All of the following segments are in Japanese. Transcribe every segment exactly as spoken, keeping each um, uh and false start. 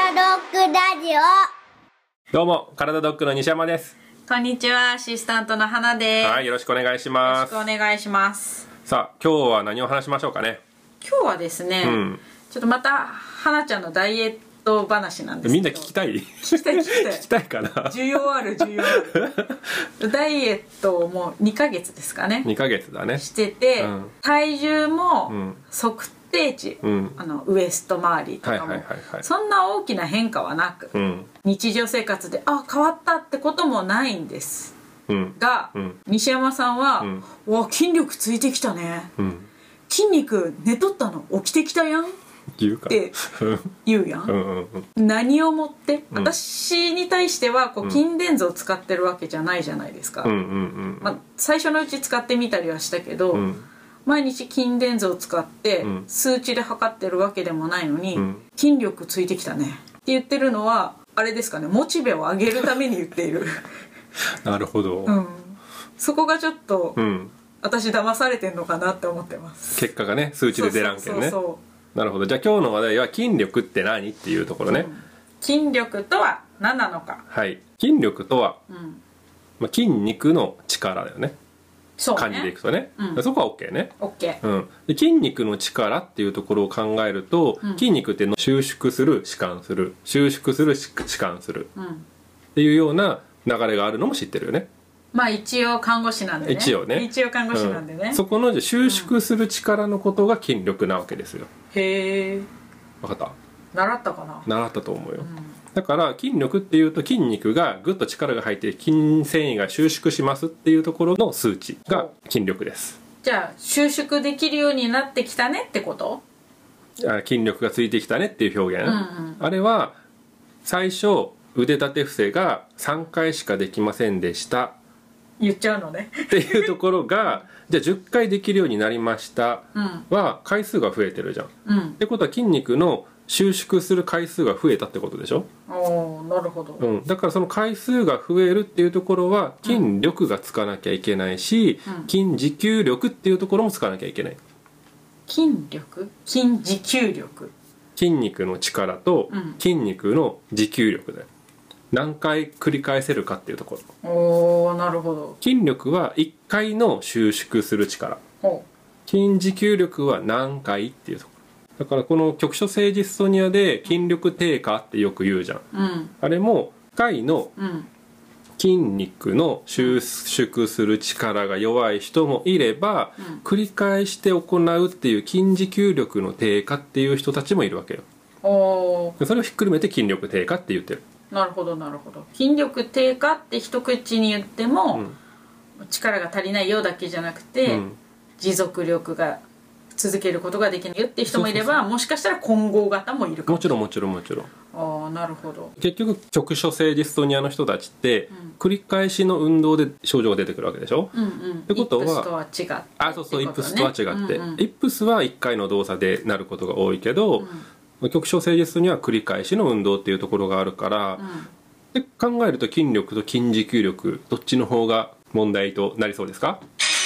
体ドッグラジオ。 どうも、体ドッグの西山です。 こんにちは、アシスタントの花です。 はい、よろしくお願いします。 よろしくお願いします。 さあ、今日は何を話しましょうかね。 今日はですね、うん、ちょっとまた花ちゃんのダイエット話なんですけど。 みんな聞きたい？ 聞きたい聞きたい。 聞きたいかな。 需要ある需要ある。ダイエットをもうにかげつですかね。 にかげつだね。 してて、うん、体重も測定値、 うん、 あのウエスト周りとかもそんな大きな変化はなく、うん、日常生活であ変わったってこともないんです、うん、が、うん、西山さんは、うん、わ筋力ついてきたね、うん、筋肉寝とったの起きてきたやん言うかって言うやん。うんうんうん、何をもって、うん、私に対してはこう筋電図を使ってるわけじゃないじゃないですか、うんうんうん、まあ、最初のうち使ってみたりはしたけど、うん、毎日筋電図を使って数値で測ってるわけでもないのに、うん、筋力ついてきたねって言ってるのはあれですかね、モチベを上げるために言っているなるほど、 うん、そこがちょっと、うん、私騙されてんのかなって思ってます。 結果がね数値で出らんけどね。 そうそうそうそう。 なるほど。じゃあ今日の話題は筋力って何っていうところね、うん、 筋力とは何なのか。 はい、筋力とは、うんまあ、筋肉の力だよね。そうね、感じでいくとね、うん、そこは OK ね。 OK、 うん、で筋肉の力っていうところを考えると、うん、筋肉っていうのを収縮する弛緩する収縮する弛緩する、うん、っていうような流れがあるのも知ってるよね。まあ一応看護師なんでね。 一応ね。 一応看護師なんでね。 うん、そこの収縮する力のことが筋力なわけですよ。 うん、へえ。 分かった？ 習ったかな？ 習ったと思うよ。うん、だから筋力っていうと筋肉がぐっと力が入って筋繊維が収縮しますっていうところの数値が筋力です。 じゃあ収縮できるようになってきたねってこと？ あ、筋力がついてきたねっていう表現。うんうん、あれは最初腕立て伏せがさんかいしかできませんでした。 言っちゃうのねっていうところがじゃあじゅっかいできるようになりましたは回数が増えてるじゃん、うん、ってことは筋肉の収縮する回数が増えたってことでしょ。 おー、なるほど、 うん、だからその回数が増えるっていうところは筋力がつかなきゃいけないし、うん、筋持久力っていうところもつかなきゃいけない。 筋力、筋持久力、 筋肉の力と筋肉の持久力だよ。何回繰り返せるかっていうところ。 おー、なるほど。 筋力はいっかいの収縮する力、筋持久力は何回っていうところだから、この局所性ジストニアで筋力低下ってよく言うじゃん、うん、あれもいっかいの筋肉の収縮する力が弱い人もいれば、うん、繰り返して行うっていう筋持久力の低下っていう人たちもいるわけよ。おー、それをひっくるめて筋力低下って言ってる。 なるほどなるほど。筋力低下って一口に言っても、うん、力が足りないよだけじゃなくて、うん、持続力が続けることができないよっていう人もいれば、そうそうそう、もしかしたら混合型もいるかもしれない。 もちろんもちろんもちろん。ああ、なるほど。 結局局所性ジストニアの人たちって、うん、繰り返しの運動で症状が出てくるわけでしょ、うんうん、ってことはイップスとは違って、 あ、 そうそう、イップスとは違って、うんうん、イップスはいっかいの動作でなることが多いけど、うん、局所性ジストニアは繰り返しの運動っていうところがあるから、うん、で考えると筋力と筋持久力どっちの方が問題となりそうですか？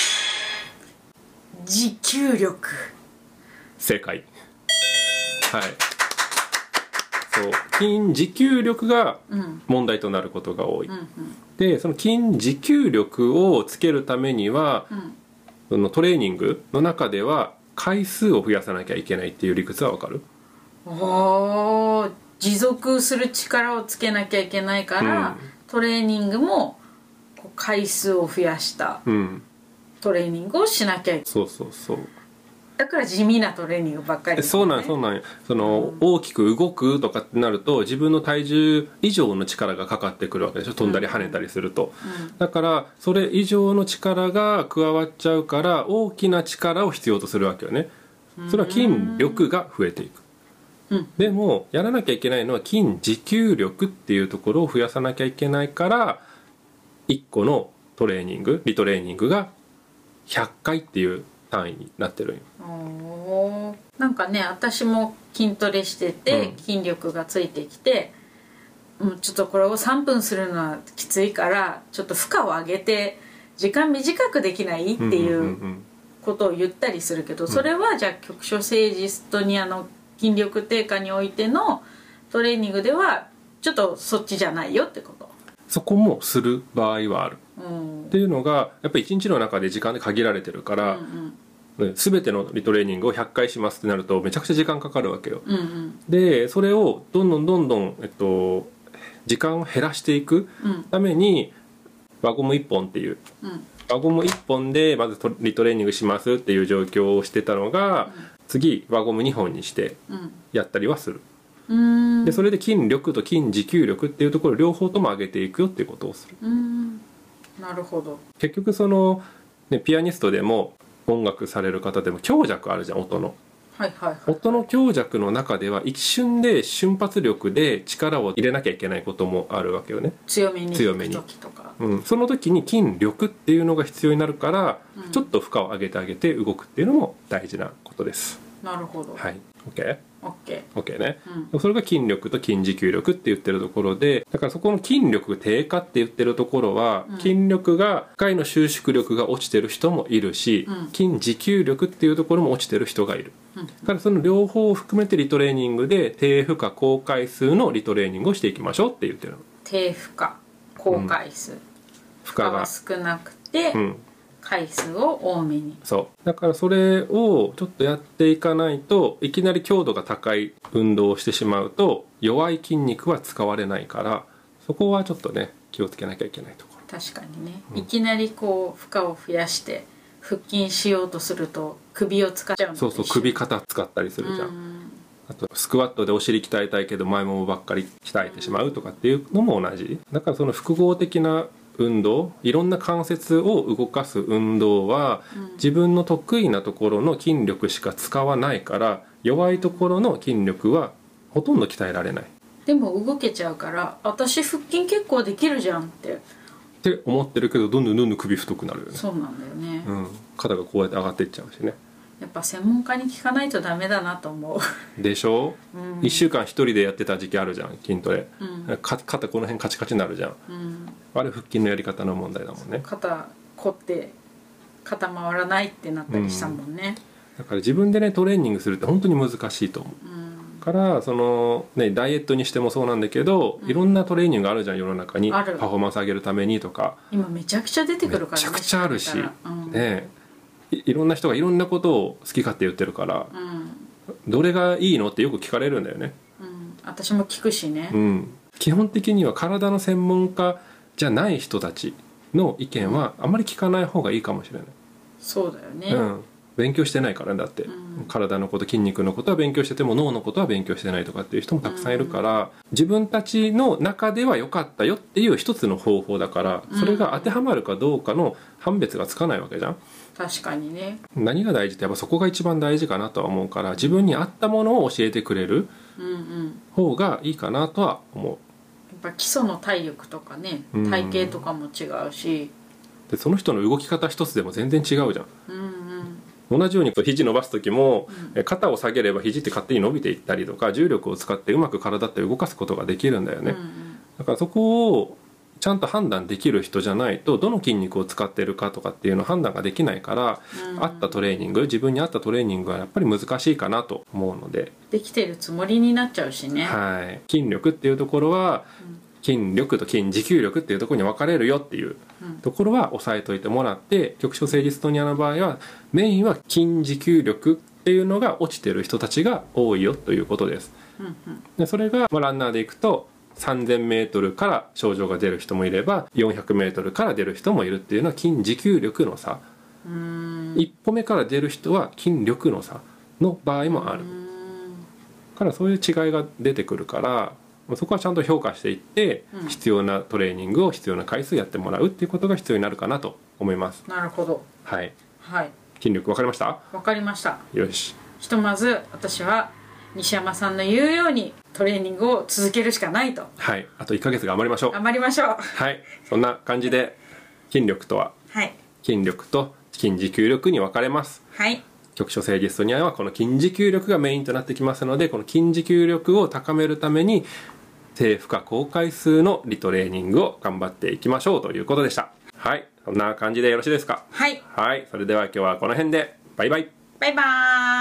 持久力。 正解。はい。そう、筋持久力が問題となることが多い、うんうんうん、でその筋持久力をつけるためには、うん、そのトレーニングの中では回数を増やさなきゃいけないっていう理屈はわかる？ おー、持続する力をつけなきゃいけないから、うん、トレーニングもこう回数を増やしたトレーニングをしなきゃいけない、うん、そうそうそう。 だから地味なトレーニングばっかり、ね、 そうなんそうなんその、うん、大きく動くとかってなると自分の体重以上の力がかかってくるわけでしょ、飛んだり跳ねたりすると、うん、だからそれ以上の力が加わっちゃうから大きな力を必要とするわけよね。それは筋力が増えていく、うん、でもやらなきゃいけないのは筋持久力っていうところを増やさなきゃいけないから、いっこのトレーニングリトレーニングがひゃっかいっていう単位になってるんよ。 おー、なんかね、私も筋トレしてて、うん、筋力がついてきて、もうちょっとこれをさんぷんするのはきついからちょっと負荷を上げて時間短くできないっていうことを言ったりするけど、それはじゃあ局所性ジストニアの筋力低下においてのトレーニングではちょっとそっちじゃないよってこと。 そこもする場合はある、 うん、 っていうのがやっぱりいちにちの中で時間で限られてるから、うんうん、全てのリトレーニングをひゃっかいしますってなるとめちゃくちゃ時間かかるわけよ、 うんうん、でそれをどんどんどんどん、えっと、時間を減らしていくために、うん、輪ゴムいっぽんっていう、うん、輪ゴムいっぽんでまずリトレーニングしますっていう状況をしてたのが、うん、次輪ゴムにほんにしてやったりはする、うん、でそれで筋力と筋持久力っていうところ両方とも上げていくよっていうことをする。 うん、なるほど。 結局その、ね、ピアニストでも音楽される方でも強弱あるじゃん、音の。 はいはいはい、 音の強弱の中では一瞬で瞬発力で力を入れなきゃいけないこともあるわけよね。 強めに弾く時とか、 うん、その時に筋力っていうのが必要になるから、うん、ちょっと負荷を上げてあげて動くっていうのも大事なことです。 なるほど。 はい、 OK？ OK OK ね、うん、それが筋力と筋持久力って言ってるところで、だからそこの筋力低下って言ってるところは、うん、筋力が機械の収縮力が落ちてる人もいるし、うん、筋持久力っていうところも落ちてる人がいる、うん、だからその両方を含めてリトレーニングで低負荷高回数のリトレーニングをしていきましょうって言ってるの。 低負荷高回数、うん、負荷が少なくて、うん回数を多めに。 そうだからそれをちょっとやっていかないと、いきなり強度が高い運動をしてしまうと弱い筋肉は使われないから、そこはちょっとね気をつけなきゃいけないところ。 確かにね、うん、いきなりこう負荷を増やして腹筋しようとすると首を使っちゃうので。 そうそう、首肩使ったりするじゃん、うん、あとスクワットでお尻鍛えたいけど前ももばっかり鍛えてしまうとかっていうのも同じだから、その複合的な運動、いろんな関節を動かす運動は、うん、自分の得意なところの筋力しか使わないから、弱いところの筋力はほとんど鍛えられない。 でも動けちゃうから、私腹筋結構できるじゃんってって思ってるけど、どんどんどんどん首太くなるよね。 そうなんだよね、 うん、肩がこうやって上がっていっちゃうしね。 やっぱ専門家に聞かないとダメだなと思うでしょ、うん、いっしゅうかん一人でやってた時期あるじゃん、筋トレ、うん、肩この辺カチカチになるじゃん、うん、あれ腹筋のやり方の問題だもんね。 肩凝って肩回らないってなったりしたもんね、 うん、だから自分でねトレーニングするって本当に難しいと思う、うん、からその、ね、ダイエットにしてもそうなんだけど、うん、いろんなトレーニングあるじゃん世の中に。パフォーマンス上げるためにとか今めちゃくちゃ出てくるからね。 めちゃくちゃあるし、うん、ねい, いろんな人がいろんなことを好き勝手言ってるから、うん、どれがいいのってよく聞かれるんだよね、 うん、私も聞くしね、 うん、基本的には体の専門家じゃない人たちの意見はあまり聞かない方がいいかもしれない。 そうだよね、 うん、勉強してないからね。だって、うん、体のこと筋肉のことは勉強してても脳のことは勉強してないとかっていう人もたくさんいるから、うん、自分たちの中では良かったよっていう一つの方法だから、それが当てはまるかどうかの判別がつかないわけじゃん。 確かにね。 何が大事ってやっぱそこが一番大事かなとは思うから、自分に合ったものを教えてくれる方がいいかなとは思う。やっぱ基礎の体力とかね、体型とかも違うし、 でその人の動き方一つでも全然違うじゃん、うんうん、同じように肘伸ばす時も、うん、肩を下げれば肘って勝手に伸びていったりとか、重力を使ってうまく体って動かすことができるんだよね、うんうん、だからそこをちゃんと判断できる人じゃないと、どの筋肉を使ってるかとかっていうの判断ができないから、うん、合ったトレーニング、自分に合ったトレーニングはやっぱり難しいかなと思うので、 できてるつもりになっちゃうしね。 はい、筋力っていうところは、うん、筋力と筋持久力っていうところに分かれるよっていうところは押さえといてもらって、局所性ディストニアの場合はメインは筋持久力っていうのが落ちてる人たちが多いよということです、うんうん、でそれが、まあ、ランナーでいくとさんぜんメートルから症状が出る人もいればよんひゃくメートルから出る人もいるっていうのは筋持久力の差。うーん、一歩目から出る人は筋力の差の場合もあるからそういう違いが出てくるから、そこはちゃんと評価していって、うん、必要なトレーニングを必要な回数やってもらうっていうことが必要になるかなと思います。 なるほど。 はい、 はい、 筋力分かりました？ 分かりました。 よし、 ひとまず私は西山さんの言うようにトレーニングを続けるしかないと。 はい、あといっかげつ頑張りましょう。 頑張りましょう。 はい、そんな感じで筋力とは、 はい、 筋力と筋持久力に分かれます。 はい、 局所性ディストニアはこの筋持久力がメインとなってきますので、この筋持久力を高めるために低負荷高回数のリトレーニングを頑張っていきましょうということでした。はい、そんな感じでよろしいですか？ はい、 はい、それでは今日はこの辺でバイバイ。 バイバーイ。